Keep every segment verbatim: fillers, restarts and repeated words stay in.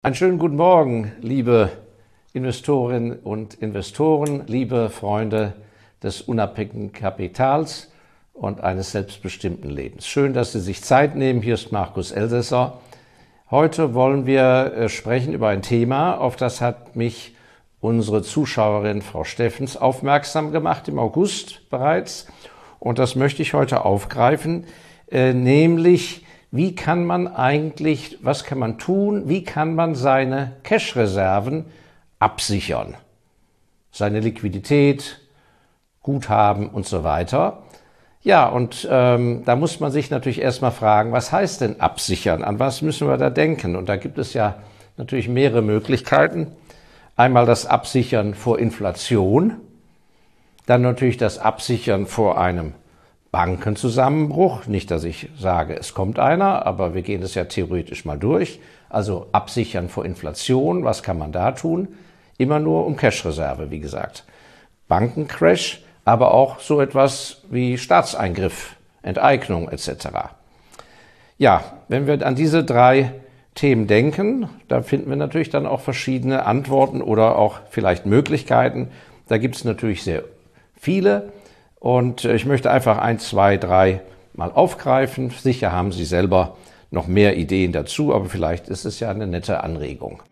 Einen schönen guten Morgen, liebe Investorinnen und Investoren, liebe Freunde des unabhängigen Kapitals und eines selbstbestimmten Lebens. Schön, dass Sie sich Zeit nehmen. Hier ist Markus Elsässer. Heute wollen wir sprechen über ein Thema, auf das hat mich unsere Zuschauerin Frau Steffens aufmerksam gemacht, im August bereits. Und das möchte ich heute aufgreifen, äh, nämlich wie kann man eigentlich, was kann man tun, wie kann man seine Cash-Reserven absichern? Seine Liquidität, Guthaben und so weiter. Ja, und ähm, da muss man sich natürlich erstmal fragen, was heißt denn absichern? An was müssen wir da denken? Und da gibt es ja natürlich mehrere Möglichkeiten. Einmal das Absichern vor Inflation, dann natürlich das Absichern vor einem Bankenzusammenbruch. Nicht, dass ich sage, es kommt einer, aber wir gehen es ja theoretisch mal durch. Also absichern vor Inflation, was kann man da tun? Immer nur um Cash-Reserve, wie gesagt. Bankencrash, aber auch so etwas wie Staatseingriff, Enteignung et cetera. Ja, wenn wir an diese drei Themen denken, da finden wir natürlich dann auch verschiedene Antworten oder auch vielleicht Möglichkeiten. Da gibt es natürlich sehr viele. Und ich möchte einfach ein, zwei, drei mal aufgreifen. Sicher haben Sie selber noch mehr Ideen dazu, aber vielleicht ist es ja eine nette Anregung.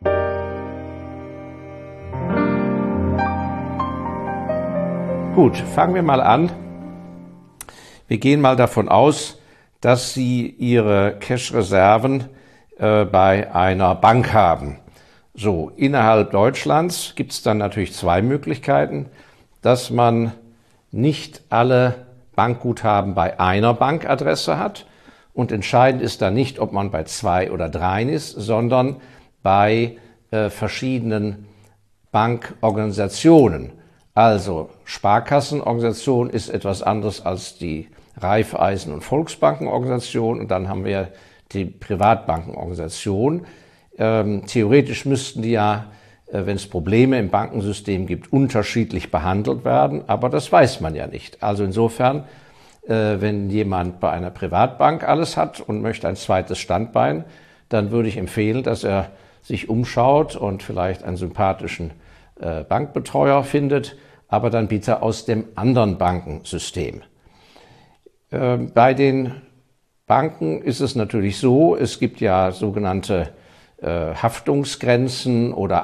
Gut, fangen wir mal an. Wir gehen mal davon aus, dass Sie Ihre Cash-Reserven äh, bei einer Bank haben. So, innerhalb Deutschlands gibt es dann natürlich zwei Möglichkeiten, dass man nicht alle Bankguthaben bei einer Bankadresse hat. Und entscheidend ist da nicht, ob man bei zwei oder dreien ist, sondern bei äh, verschiedenen Bankorganisationen. Also Sparkassenorganisation ist etwas anderes als die Raiffeisen- und Volksbankenorganisation. Und dann haben wir die Privatbankenorganisation. Ähm, theoretisch müssten die ja, wenn es Probleme im Bankensystem gibt, unterschiedlich behandelt werden, aber das weiß man ja nicht. Also insofern, wenn jemand bei einer Privatbank alles hat und möchte ein zweites Standbein, dann würde ich empfehlen, dass er sich umschaut und vielleicht einen sympathischen Bankbetreuer findet, aber dann bitte aus dem anderen Bankensystem. Bei den Banken ist es natürlich so, es gibt ja sogenannte Haftungsgrenzen oder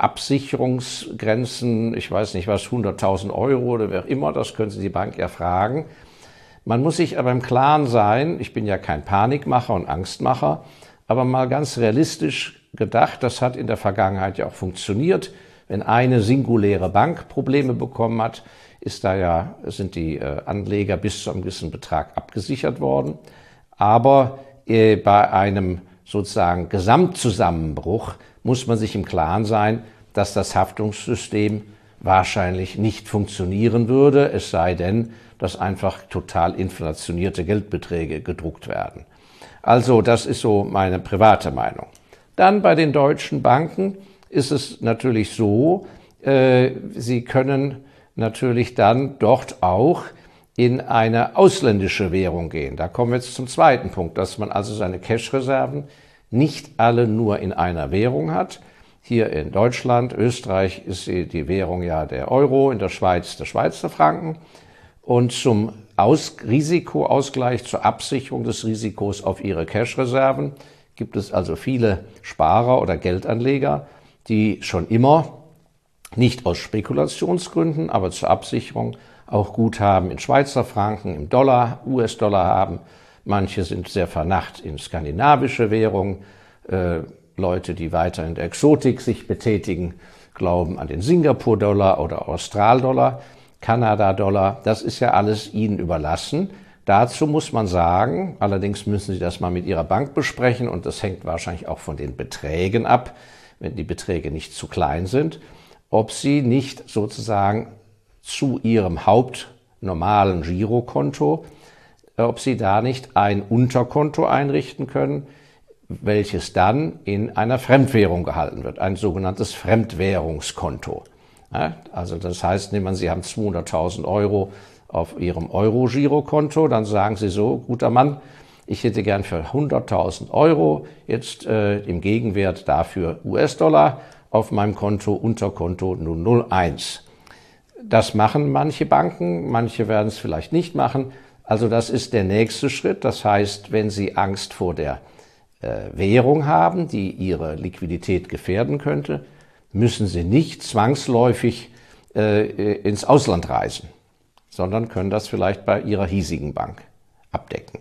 Absicherungsgrenzen, ich weiß nicht was, hunderttausend Euro oder wer immer, das können Sie die Bank ja fragen. Man muss sich aber im Klaren sein, ich bin ja kein Panikmacher und Angstmacher, aber mal ganz realistisch gedacht, das hat in der Vergangenheit ja auch funktioniert. Wenn eine singuläre Bank Probleme bekommen hat, ist da ja, sind die Anleger bis zu einem gewissen Betrag abgesichert worden. Aber äh, bei einem sozusagen Gesamtzusammenbruch muss man sich im Klaren sein, dass das Haftungssystem wahrscheinlich nicht funktionieren würde, es sei denn, dass einfach total inflationierte Geldbeträge gedruckt werden. Also das ist so meine private Meinung. Dann bei den deutschen Banken ist es natürlich so, äh, sie können natürlich dann dort auch in eine ausländische Währung gehen. Da kommen wir jetzt zum zweiten Punkt, dass man also seine Cash-Reserven nicht alle nur in einer Währung hat. Hier in Deutschland, Österreich ist die Währung ja der Euro, in der Schweiz der Schweizer Franken. Und zum Aus- Risikoausgleich, zur Absicherung des Risikos auf ihre Cash-Reserven gibt es also viele Sparer oder Geldanleger, die schon immer, nicht aus Spekulationsgründen, aber zur Absicherung auch Guthaben in Schweizer Franken, im Dollar, U S-Dollar haben. Manche sind sehr vernarrt in skandinavische Währungen. Äh, Leute, die weiter in der Exotik sich betätigen, glauben an den Singapur-Dollar oder Austral-Dollar, Kanada-Dollar. Das ist ja alles Ihnen überlassen. Dazu muss man sagen, allerdings müssen Sie das mal mit Ihrer Bank besprechen und das hängt wahrscheinlich auch von den Beträgen ab, wenn die Beträge nicht zu klein sind, ob Sie nicht sozusagen zu Ihrem hauptnormalen Girokonto, ob Sie da nicht ein Unterkonto einrichten können, welches dann in einer Fremdwährung gehalten wird, ein sogenanntes Fremdwährungskonto. Ja, also das heißt, nehmen Sie haben zweihunderttausend Euro auf Ihrem Euro-Girokonto, dann sagen Sie so, guter Mann, ich hätte gern für hunderttausend Euro jetzt äh, im Gegenwert dafür U S-Dollar auf meinem Konto, Unterkonto null null eins. Das machen manche Banken, manche werden es vielleicht nicht machen. Also das ist der nächste Schritt. Das heißt, wenn Sie Angst vor der äh, Währung haben, die Ihre Liquidität gefährden könnte, müssen Sie nicht zwangsläufig äh, ins Ausland reisen, sondern können das vielleicht bei Ihrer hiesigen Bank abdecken.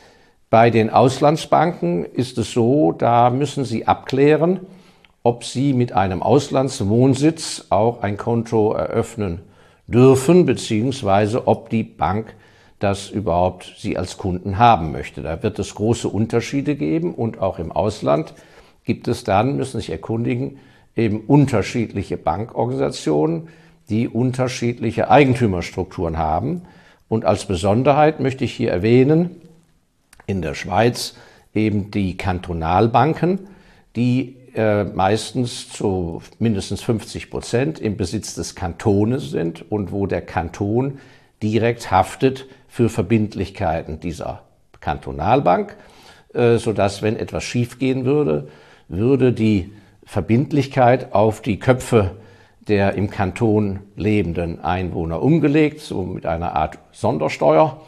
Bei den Auslandsbanken ist es so, da müssen Sie abklären, ob Sie mit einem Auslandswohnsitz auch ein Konto eröffnen dürfen, beziehungsweise ob die Bank das überhaupt Sie als Kunden haben möchte. Da wird es große Unterschiede geben und auch im Ausland gibt es dann, müssen sich erkundigen, eben unterschiedliche Bankorganisationen, die unterschiedliche Eigentümerstrukturen haben. Und als Besonderheit möchte ich hier erwähnen, in der Schweiz eben die Kantonalbanken, die äh, meistens zu mindestens fünfzig Prozent im Besitz des Kantones sind und wo der Kanton direkt haftet für Verbindlichkeiten dieser Kantonalbank, äh, sodass, wenn etwas schiefgehen würde, würde die Verbindlichkeit auf die Köpfe der im Kanton lebenden Einwohner umgelegt, so mit einer Art Sondersteuer.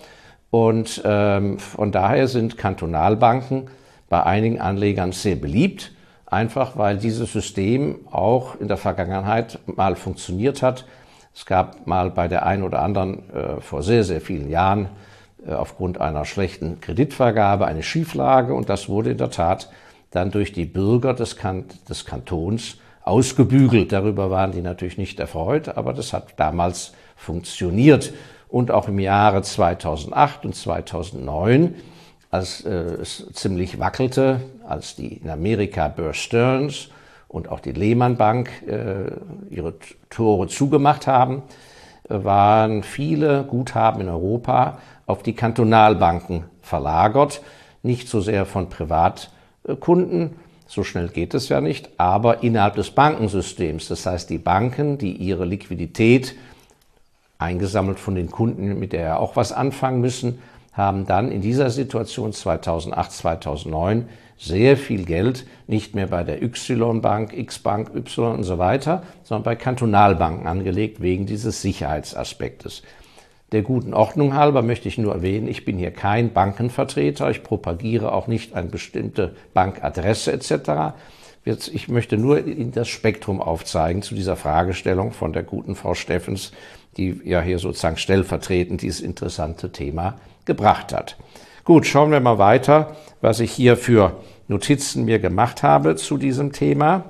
Und ähm, von daher sind Kantonalbanken bei einigen Anlegern sehr beliebt, einfach weil dieses System auch in der Vergangenheit mal funktioniert hat. Es gab mal bei der einen oder anderen äh, vor sehr, sehr vielen Jahren äh, aufgrund einer schlechten Kreditvergabe eine Schieflage und das wurde in der Tat dann durch die Bürger des, kan des Kantons ausgebügelt. Darüber waren die natürlich nicht erfreut, aber das hat damals funktioniert. Und auch im Jahre zweitausendacht und zweitausendneun, als äh, es ziemlich wackelte, als die in Amerika Bear Stearns und auch die Lehman Bank äh, ihre Tore zugemacht haben, äh, waren viele Guthaben in Europa auf die Kantonalbanken verlagert. Nicht so sehr von Privatkunden, so schnell geht es ja nicht, aber innerhalb des Bankensystems. Das heißt, die Banken, die ihre Liquidität eingesammelt von den Kunden, mit der ja auch was anfangen müssen, haben dann in dieser Situation zweitausendacht, zweitausendneun sehr viel Geld nicht mehr bei der Y-Bank, X-Bank, Y und so weiter, sondern bei Kantonalbanken angelegt, wegen dieses Sicherheitsaspektes. Der guten Ordnung halber möchte ich nur erwähnen, ich bin hier kein Bankenvertreter, ich propagiere auch nicht eine bestimmte Bankadresse et cetera. Jetzt, ich möchte nur Ihnen das Spektrum aufzeigen zu dieser Fragestellung von der guten Frau Steffens, die ja hier sozusagen stellvertretend dieses interessante Thema gebracht hat. Gut, schauen wir mal weiter, was ich hier für Notizen mir gemacht habe zu diesem Thema.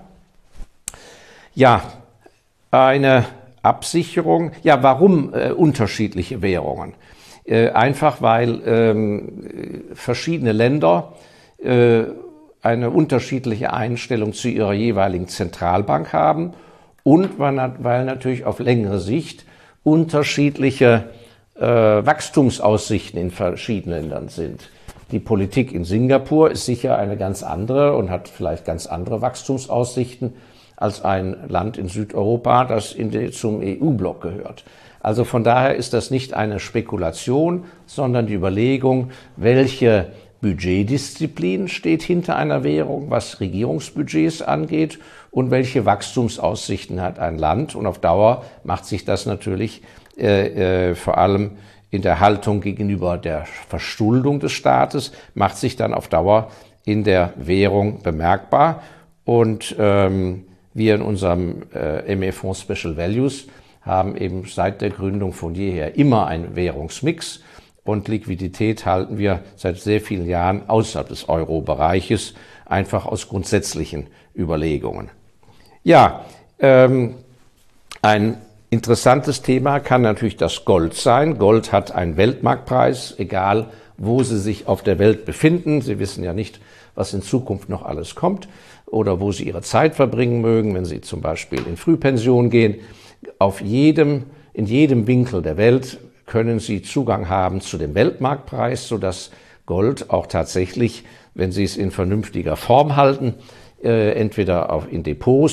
Ja, eine Absicherung. Ja, warum äh, unterschiedliche Währungen? Äh, einfach, weil ähm, verschiedene Länder äh, eine unterschiedliche Einstellung zu ihrer jeweiligen Zentralbank haben und weil, weil natürlich auf längere Sicht unterschiedliche äh, Wachstumsaussichten in verschiedenen Ländern sind. Die Politik in Singapur ist sicher eine ganz andere und hat vielleicht ganz andere Wachstumsaussichten als ein Land in Südeuropa, das in die, zum E U-Block gehört. Also von daher ist das nicht eine Spekulation, sondern die Überlegung, welche Budgetdisziplin steht hinter einer Währung, was Regierungsbudgets angeht und welche Wachstumsaussichten hat ein Land. Und auf Dauer macht sich das natürlich äh, äh, vor allem in der Haltung gegenüber der Verschuldung des Staates, macht sich dann auf Dauer in der Währung bemerkbar. Und ähm, wir in unserem äh, M E-Fonds Special Values haben eben seit der Gründung von jeher immer einen Währungsmix. Und Liquidität halten wir seit sehr vielen Jahren außerhalb des Euro-Bereiches, einfach aus grundsätzlichen Überlegungen. Ja, ähm, ein interessantes Thema kann natürlich das Gold sein. Gold hat einen Weltmarktpreis, egal wo Sie sich auf der Welt befinden. Sie wissen ja nicht, was in Zukunft noch alles kommt oder wo Sie Ihre Zeit verbringen mögen, wenn Sie zum Beispiel in Frühpension gehen. Auf jedem, in jedem Winkel der Welt können Sie Zugang haben zu dem Weltmarktpreis, sodass Gold auch tatsächlich, wenn Sie es in vernünftiger Form halten, äh, entweder auf, in Depots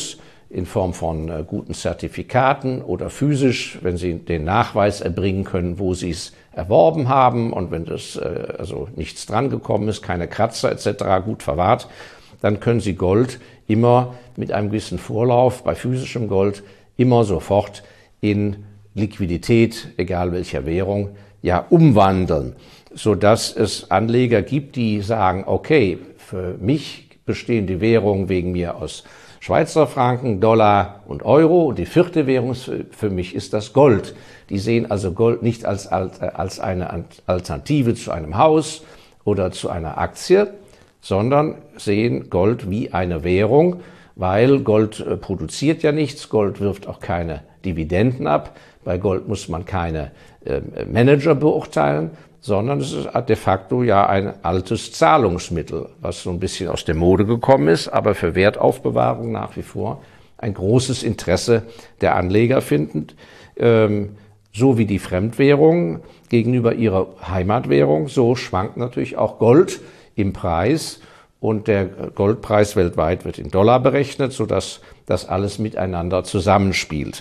in Form von äh, guten Zertifikaten oder physisch, wenn Sie den Nachweis erbringen können, wo Sie es erworben haben und wenn das äh, also nichts dran gekommen ist, keine Kratzer et cetera, gut verwahrt, dann können Sie Gold immer mit einem gewissen Vorlauf, bei physischem Gold, immer sofort in Liquidität, egal welcher Währung, ja umwandeln, sodass es Anleger gibt, die sagen, okay, für mich bestehen die Währungen wegen mir aus Schweizer Franken, Dollar und Euro und die vierte Währung für mich ist das Gold. Die sehen also Gold nicht als, als, als eine Alternative zu einem Haus oder zu einer Aktie, sondern sehen Gold wie eine Währung, weil Gold äh, produziert ja nichts, Gold wirft auch keine Dividenden ab. Bei Gold muss man keine äh, Manager beurteilen, sondern es ist de facto ja ein altes Zahlungsmittel, was so ein bisschen aus der Mode gekommen ist, aber für Wertaufbewahrung nach wie vor ein großes Interesse der Anleger finden, ähm, so wie die Fremdwährung gegenüber ihrer Heimatwährung, so schwankt natürlich auch Gold im Preis und der Goldpreis weltweit wird in Dollar berechnet, sodass das alles miteinander zusammenspielt.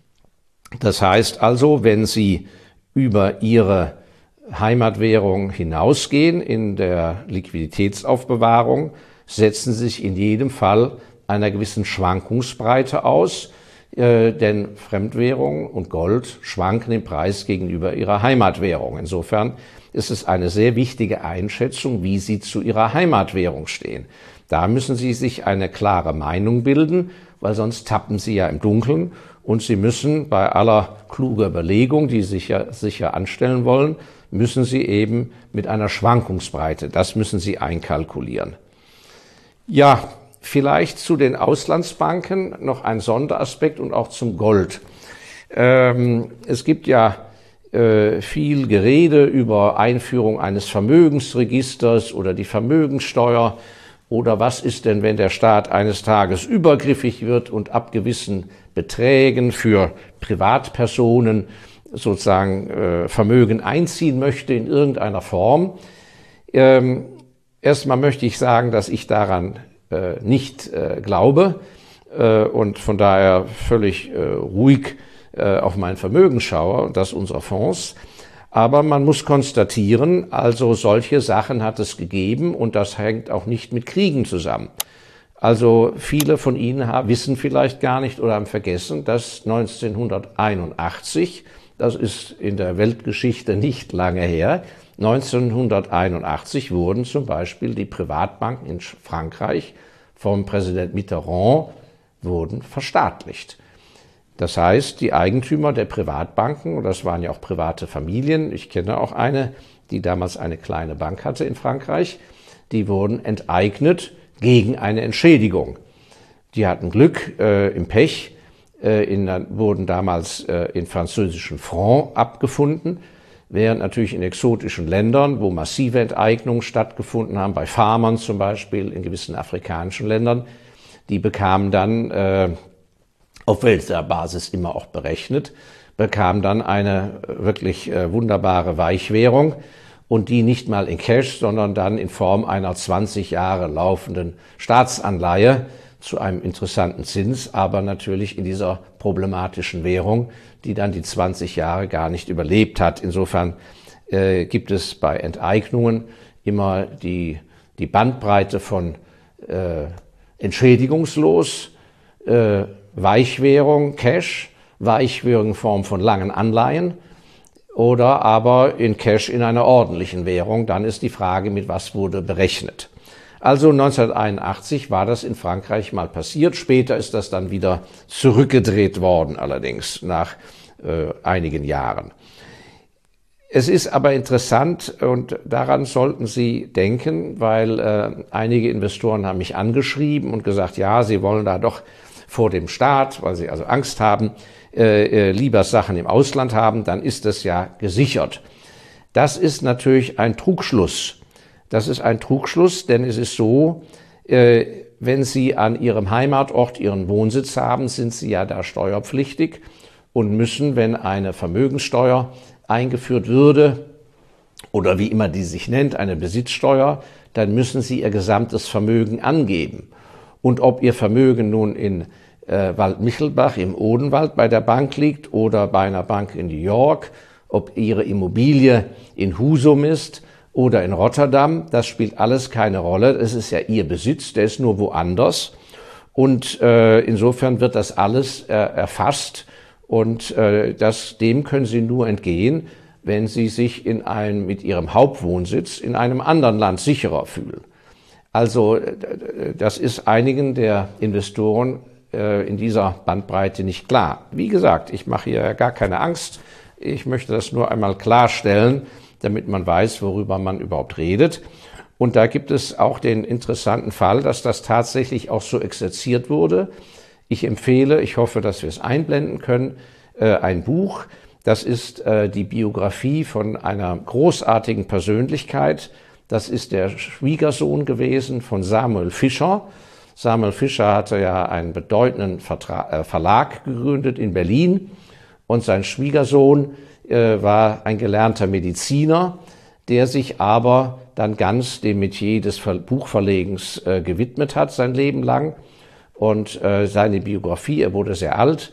Das heißt also, wenn Sie über Ihre Heimatwährung hinausgehen in der Liquiditätsaufbewahrung, setzen Sie sich in jedem Fall einer gewissen Schwankungsbreite aus, äh, denn Fremdwährung und Gold schwanken im Preis gegenüber ihrer Heimatwährung. Insofern ist es eine sehr wichtige Einschätzung, wie Sie zu Ihrer Heimatwährung stehen. Da müssen Sie sich eine klare Meinung bilden, weil sonst tappen Sie ja im Dunkeln und Sie müssen bei aller kluger Überlegung, die Sie sicher, sicher anstellen wollen, müssen Sie eben mit einer Schwankungsbreite, das müssen Sie einkalkulieren. Ja, vielleicht zu den Auslandsbanken noch ein Sonderaspekt und auch zum Gold. Ähm, es gibt ja äh, viel Gerede über Einführung eines Vermögensregisters oder die Vermögenssteuer oder was ist denn, wenn der Staat eines Tages übergriffig wird und ab gewissen Beträgen für Privatpersonen sozusagen äh, Vermögen einziehen möchte in irgendeiner Form. Ähm, erstmal möchte ich sagen, dass ich daran äh, nicht äh, glaube äh, und von daher völlig äh, ruhig äh, auf mein Vermögen schaue und das unserer Fonds. Aber man muss konstatieren, also solche Sachen hat es gegeben und das hängt auch nicht mit Kriegen zusammen. Also viele von Ihnen haben, wissen vielleicht gar nicht oder haben vergessen, dass neunzehnhunderteinundachtzig, das ist in der Weltgeschichte nicht lange her, neunzehnhunderteinundachtzig wurden zum Beispiel die Privatbanken in Frankreich vom Präsident Mitterrand wurden verstaatlicht. Das heißt, die Eigentümer der Privatbanken, und das waren ja auch private Familien, ich kenne auch eine, die damals eine kleine Bank hatte in Frankreich, die wurden enteignet gegen eine Entschädigung. Die hatten Glück äh, im Pech, äh, in, wurden damals äh, in französischen Francs abgefunden, während natürlich in exotischen Ländern, wo massive Enteignungen stattgefunden haben, bei Farmern zum Beispiel, in gewissen afrikanischen Ländern, die bekamen dann, äh, auf welcher Basis immer auch berechnet, bekamen dann eine wirklich äh, wunderbare Weichwährung und die nicht mal in Cash, sondern dann in Form einer zwanzig Jahre laufenden Staatsanleihe zu einem interessanten Zins, aber natürlich in dieser problematischen Währung, die dann die zwanzig Jahre gar nicht überlebt hat. Insofern äh, gibt es bei Enteignungen immer die, die Bandbreite von äh, entschädigungslos, äh, Weichwährung, Cash, Weichwährung in Form von langen Anleihen oder aber in Cash in einer ordentlichen Währung. Dann ist die Frage, mit was wurde berechnet. Also neunzehnhunderteinundachtzig war das in Frankreich mal passiert. Später ist das dann wieder zurückgedreht worden, allerdings nach äh, einigen Jahren. Es ist aber interessant und daran sollten Sie denken, weil äh, einige Investoren haben mich angeschrieben und gesagt, ja, sie wollen da doch vor dem Staat, weil sie also Angst haben, äh, lieber Sachen im Ausland haben, dann ist das ja gesichert. Das ist natürlich ein Trugschluss. Das ist ein Trugschluss, denn es ist so, äh, wenn Sie an Ihrem Heimatort Ihren Wohnsitz haben, sind Sie ja da steuerpflichtig und müssen, wenn eine Vermögenssteuer eingeführt würde oder wie immer die sich nennt, eine Besitzsteuer, dann müssen Sie Ihr gesamtes Vermögen angeben. Und ob Ihr Vermögen nun in äh, Wald-Michelbach im Odenwald bei der Bank liegt oder bei einer Bank in New York, ob Ihre Immobilie in Husum ist oder in Rotterdam, das spielt alles keine Rolle. Es ist ja Ihr Besitz, der ist nur woanders. Und äh, insofern wird das alles äh, erfasst und äh, das, dem können Sie nur entgehen, wenn Sie sich in einem, mit Ihrem Hauptwohnsitz in einem anderen Land sicherer fühlen. Also das ist einigen der Investoren äh, in dieser Bandbreite nicht klar. Wie gesagt, ich mache hier gar keine Angst. Ich möchte das nur einmal klarstellen, damit man weiß, worüber man überhaupt redet. Und da gibt es auch den interessanten Fall, dass das tatsächlich auch so exerziert wurde. Ich empfehle, ich hoffe, dass wir es einblenden können, äh, ein Buch. Das ist äh, die Biografie von einer großartigen Persönlichkeit. Das ist der Schwiegersohn gewesen von Samuel Fischer. Samuel Fischer hatte ja einen bedeutenden Vertra- äh, Verlag gegründet in Berlin. Und sein Schwiegersohn äh, war ein gelernter Mediziner, der sich aber dann ganz dem Metier des Ver- Buchverlegens äh, gewidmet hat, sein Leben lang. Und äh, seine Biografie, er wurde sehr alt,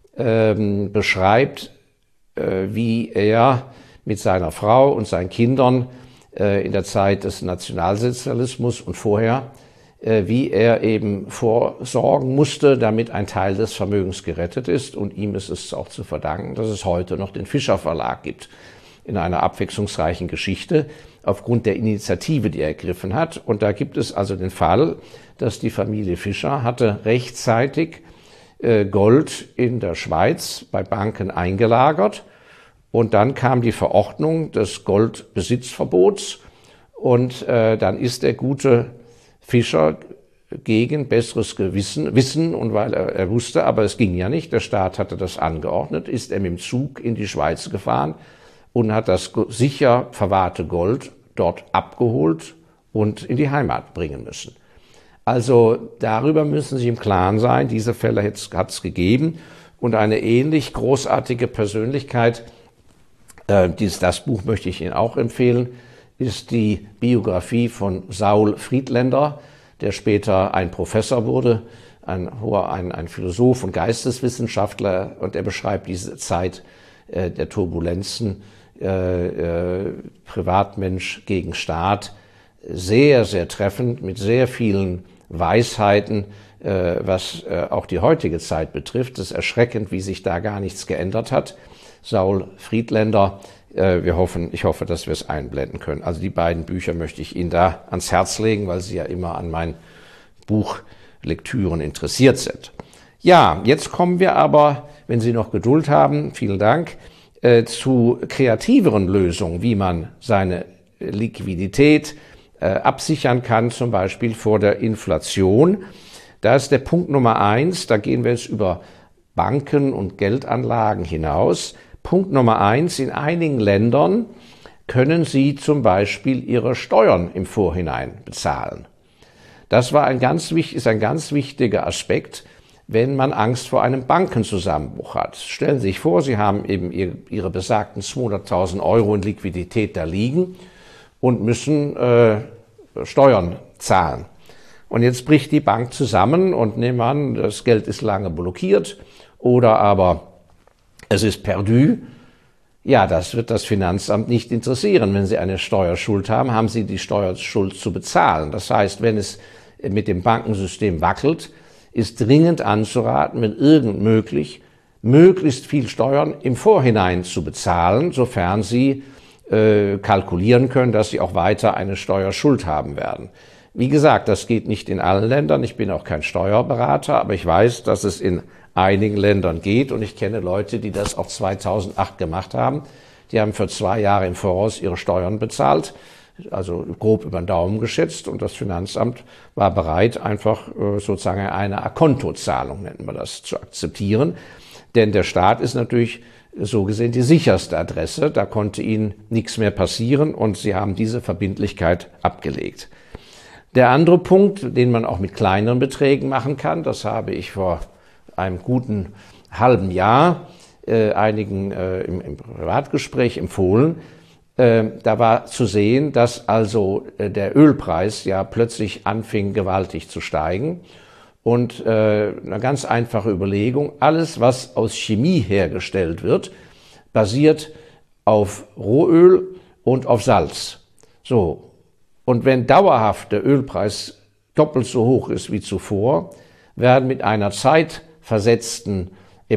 ähm, beschreibt, äh, wie er mit seiner Frau und seinen Kindern äh, in der Zeit des Nationalsozialismus und vorher, äh, wie er eben vorsorgen musste, damit ein Teil des Vermögens gerettet ist. Und ihm ist es auch zu verdanken, dass es heute noch den Fischer Verlag gibt, in einer abwechslungsreichen Geschichte, aufgrund der Initiative, die er ergriffen hat. Und da gibt es also den Fall, dass die Familie Fischer hatte rechtzeitig äh, Gold in der Schweiz bei Banken eingelagert. Und dann kam die Verordnung des Goldbesitzverbots. Und äh, dann ist der gute Fischer gegen besseres Gewissen, Wissen, und weil er, er wusste, aber es ging ja nicht, der Staat hatte das angeordnet, ist er mit dem Zug in die Schweiz gefahren und hat das sicher verwahrte Gold dort abgeholt und in die Heimat bringen müssen. Also darüber müssen Sie im Klaren sein, diese Fälle hat es gegeben. Und eine ähnlich großartige Persönlichkeit, äh, dies, das Buch möchte ich Ihnen auch empfehlen, ist die Biografie von Saul Friedländer, der später ein Professor wurde, ein hoher, ein, ein Philosoph und Geisteswissenschaftler, und er beschreibt diese Zeit äh, der Turbulenzen, Äh, äh, Privatmensch gegen Staat, sehr, sehr treffend, mit sehr vielen Weisheiten, äh, was äh, auch die heutige Zeit betrifft. Es ist erschreckend, wie sich da gar nichts geändert hat. Saul Friedländer, äh, wir hoffen, ich hoffe, dass wir es einblenden können. Also die beiden Bücher möchte ich Ihnen da ans Herz legen, weil Sie ja immer an meinen Buchlektüren interessiert sind. Ja, jetzt kommen wir aber, wenn Sie noch Geduld haben, vielen Dank, zu kreativeren Lösungen, wie man seine Liquidität äh, absichern kann, zum Beispiel vor der Inflation. Da ist der Punkt Nummer eins, da gehen wir jetzt über Banken und Geldanlagen hinaus. Punkt Nummer eins, in einigen Ländern können Sie zum Beispiel Ihre Steuern im Vorhinein bezahlen. Das war ein ganz, ist ein ganz wichtiger Aspekt, wenn man Angst vor einem Bankenzusammenbruch hat. Stellen Sie sich vor, Sie haben eben Ihre besagten zweihunderttausend Euro in Liquidität da liegen und müssen äh, Steuern zahlen. Und jetzt bricht die Bank zusammen und nehmen wir an, das Geld ist lange blockiert oder aber es ist perdu. Ja, das wird das Finanzamt nicht interessieren. Wenn Sie eine Steuerschuld haben, haben Sie die Steuerschuld zu bezahlen. Das heißt, wenn es mit dem Bankensystem wackelt, ist dringend anzuraten, wenn irgend möglich, möglichst viel Steuern im Vorhinein zu bezahlen, sofern Sie äh, kalkulieren können, dass Sie auch weiter eine Steuerschuld haben werden. Wie gesagt, das geht nicht in allen Ländern. Ich bin auch kein Steuerberater, aber ich weiß, dass es in einigen Ländern geht, und ich kenne Leute, die das auch zweitausendacht gemacht haben. Die haben für zwei Jahre im Voraus ihre Steuern bezahlt, also grob über den Daumen geschätzt, und das Finanzamt war bereit, einfach sozusagen eine A-Konto-Zahlung, nennt man das, zu akzeptieren. Denn der Staat ist natürlich so gesehen die sicherste Adresse, da konnte ihnen nichts mehr passieren, und sie haben diese Verbindlichkeit abgelegt. Der andere Punkt, den man auch mit kleineren Beträgen machen kann, das habe ich vor einem guten halben Jahr äh, einigen äh, im, im Privatgespräch empfohlen. Da war zu sehen, dass also der Ölpreis ja plötzlich anfing gewaltig zu steigen Und äh, eine ganz einfache Überlegung, alles, was aus Chemie hergestellt wird, basiert auf Rohöl und auf Salz. So. Und wenn dauerhaft der Ölpreis doppelt so hoch ist wie zuvor, werden mit einer zeitversetzten äh,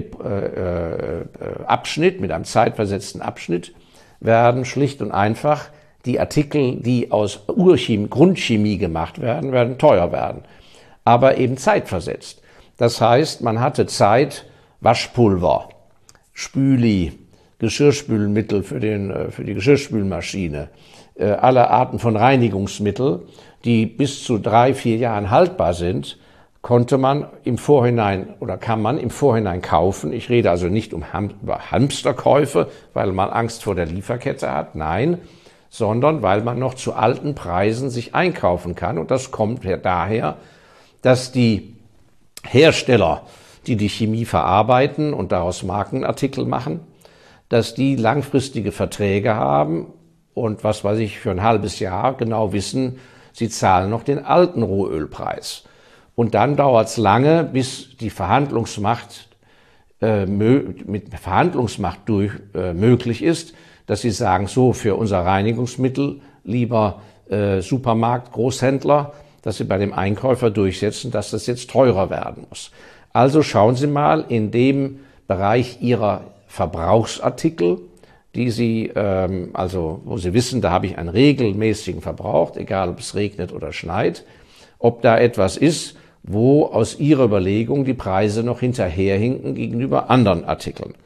äh, Abschnitt, mit einem zeitversetzten Abschnitt, werden schlicht und einfach die Artikel, die aus Urchemie, Grundchemie gemacht werden, werden teuer werden, aber eben zeitversetzt. Das heißt, man hatte Zeit, Waschpulver, Spüli, Geschirrspülmittel für, den, für die Geschirrspülmaschine, äh, alle Arten von Reinigungsmittel, die bis zu drei, vier Jahren haltbar sind, konnte man im Vorhinein oder kann man im Vorhinein kaufen. Ich rede also nicht um Ham- über Hamsterkäufe, weil man Angst vor der Lieferkette hat, nein, sondern weil man noch zu alten Preisen sich einkaufen kann. Und das kommt daher, dass die Hersteller, die die Chemie verarbeiten und daraus Markenartikel machen, dass die langfristige Verträge haben und was weiß ich, für ein halbes Jahr genau wissen, sie zahlen noch den alten Rohölpreis. Und dann dauert es lange, bis die Verhandlungsmacht äh, mit Verhandlungsmacht durch, äh, möglich ist, dass sie sagen, so für unser Reinigungsmittel, lieber äh, Supermarkt, Großhändler, dass sie bei dem Einkäufer durchsetzen, dass das jetzt teurer werden muss. Also schauen Sie mal in dem Bereich Ihrer Verbrauchsartikel, die Sie, ähm, also wo Sie wissen, da habe ich einen regelmäßigen Verbrauch, egal ob es regnet oder schneit, ob da etwas ist, wo aus Ihrer Überlegung die Preise noch hinterherhinken gegenüber anderen Artikeln.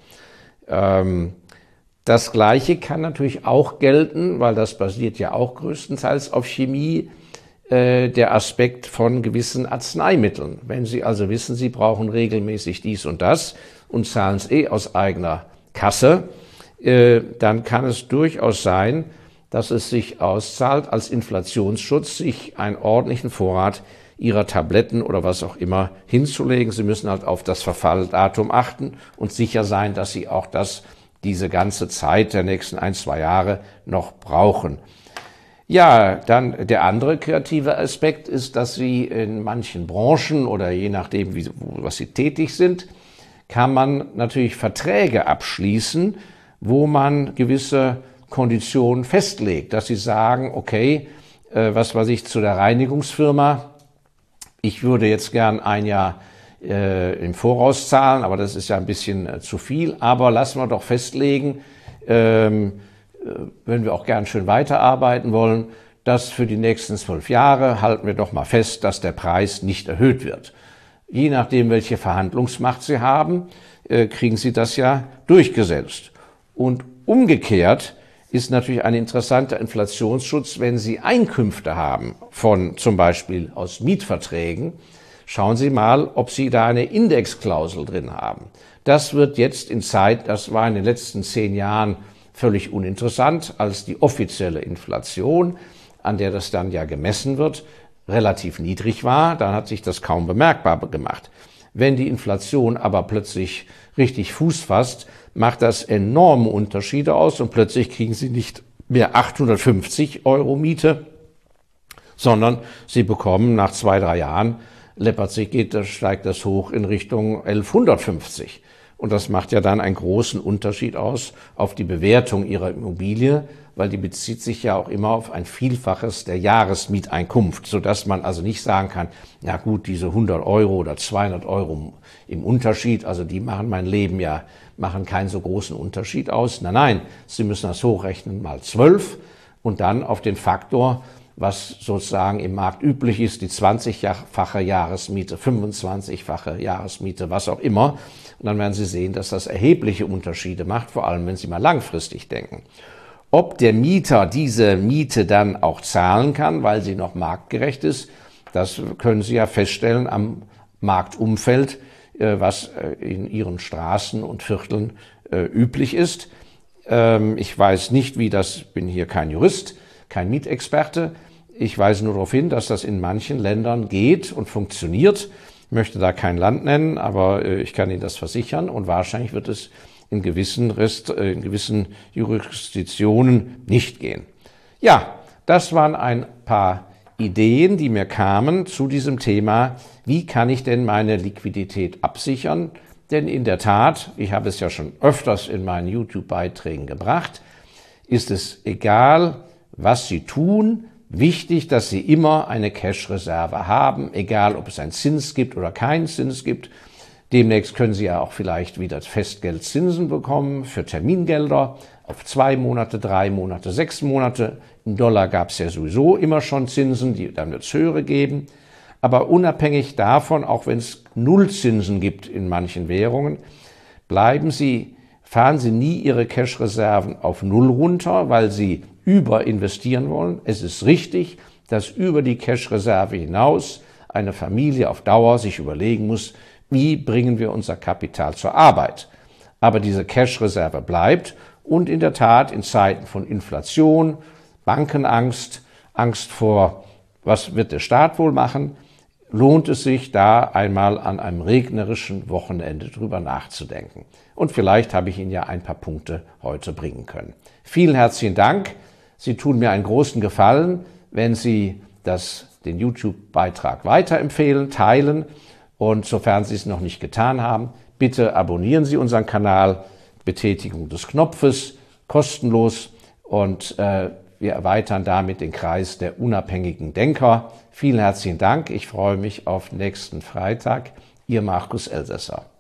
Ähm, das Gleiche kann natürlich auch gelten, weil das basiert ja auch größtenteils auf Chemie, äh, der Aspekt von gewissen Arzneimitteln. Wenn Sie also wissen, Sie brauchen regelmäßig dies und das und zahlen es eh aus eigener Kasse, äh, dann kann es durchaus sein, dass es sich auszahlt, als Inflationsschutz sich einen ordentlichen Vorrat Ihrer Tabletten oder was auch immer hinzulegen. Sie müssen halt auf das Verfalldatum achten und sicher sein, dass Sie auch das, diese ganze Zeit der nächsten ein, zwei Jahre noch brauchen. Ja, dann der andere kreative Aspekt ist, dass Sie in manchen Branchen oder je nachdem, wie, was Sie tätig sind, kann man natürlich Verträge abschließen, wo man gewisse Konditionen festlegt, dass Sie sagen, okay, äh, was weiß ich, zu der Reinigungsfirma, ich würde jetzt gern ein Jahr äh, im Voraus zahlen, aber das ist ja ein bisschen äh, zu viel. Aber lassen wir doch festlegen, ähm, äh, wenn wir auch gern schön weiterarbeiten wollen, dass für die nächsten zwölf Jahre halten wir doch mal fest, dass der Preis nicht erhöht wird. Je nachdem, welche Verhandlungsmacht Sie haben, äh, kriegen Sie das ja durchgesetzt. Und umgekehrt ist natürlich ein interessanter Inflationsschutz, wenn Sie Einkünfte haben von zum Beispiel aus Mietverträgen. Schauen Sie mal, ob Sie da eine Indexklausel drin haben. Das wird jetzt in Zeit, das war in den letzten zehn Jahren völlig uninteressant, als die offizielle Inflation, an der das dann ja gemessen wird, relativ niedrig war. Dann hat sich das kaum bemerkbar gemacht. Wenn die Inflation aber plötzlich richtig Fuß fasst, macht das enorme Unterschiede aus und plötzlich kriegen Sie nicht mehr achthundertfünfzig Euro Miete, sondern Sie bekommen nach zwei, drei Jahren, läppert sich, geht, steigt das hoch in Richtung elfhundertfünfzig. Und das macht ja dann einen großen Unterschied aus auf die Bewertung Ihrer Immobilie, weil die bezieht sich ja auch immer auf ein Vielfaches der Jahresmieteinkunft, sodass man also nicht sagen kann, ja gut, diese hundert Euro oder zweihundert Euro im Unterschied, also die machen mein Leben ja, machen keinen so großen Unterschied aus. Nein, nein, Sie müssen das hochrechnen mal zwölf und dann auf den Faktor, was sozusagen im Markt üblich ist, die zwanzigfache Jahresmiete, fünfundzwanzigfache Jahresmiete, was auch immer. Und dann werden Sie sehen, dass das erhebliche Unterschiede macht, vor allem wenn Sie mal langfristig denken. Ob der Mieter diese Miete dann auch zahlen kann, weil sie noch marktgerecht ist, das können Sie ja feststellen am Marktumfeld, was in Ihren Straßen und Vierteln üblich ist. Ich weiß nicht, wie das, bin hier kein Jurist, kein Mietexperte. Ich weise nur darauf hin, dass das in manchen Ländern geht und funktioniert. Ich möchte da kein Land nennen, aber ich kann Ihnen das versichern und wahrscheinlich wird es in gewissen, Rest, in gewissen Jurisdiktionen nicht gehen. Ja, das waren ein paar Ideen, die mir kamen zu diesem Thema, wie kann ich denn meine Liquidität absichern? Denn in der Tat, ich habe es ja schon öfters in meinen YouTube-Beiträgen gebracht, ist es egal, was Sie tun, wichtig, dass Sie immer eine Cash-Reserve haben, egal ob es einen Zins gibt oder keinen Zins gibt. Demnächst können Sie ja auch vielleicht wieder Festgeldzinsen bekommen für Termingelder auf zwei Monate, drei Monate, sechs Monate. Im Dollar gab es ja sowieso immer schon Zinsen, die dann wird es höhere geben. Aber unabhängig davon, auch wenn es Nullzinsen gibt in manchen Währungen, bleiben Sie, fahren Sie nie Ihre Cash-Reserven auf Null runter, weil Sie überinvestieren wollen. Es ist richtig, dass über die Cash-Reserve hinaus eine Familie auf Dauer sich überlegen muss, wie bringen wir unser Kapital zur Arbeit. Aber diese Cash-Reserve bleibt und in der Tat in Zeiten von Inflation, Bankenangst, Angst vor, was wird der Staat wohl machen, lohnt es sich, da einmal an einem regnerischen Wochenende drüber nachzudenken. Und vielleicht habe ich Ihnen ja ein paar Punkte heute bringen können. Vielen herzlichen Dank. Sie tun mir einen großen Gefallen, wenn Sie das, den YouTube-Beitrag weiterempfehlen, teilen. Und sofern Sie es noch nicht getan haben, bitte abonnieren Sie unseren Kanal, Betätigung des Knopfes, kostenlos, und äh, wir erweitern damit den Kreis der unabhängigen Denker. Vielen herzlichen Dank. Ich freue mich auf nächsten Freitag. Ihr Markus Elsässer.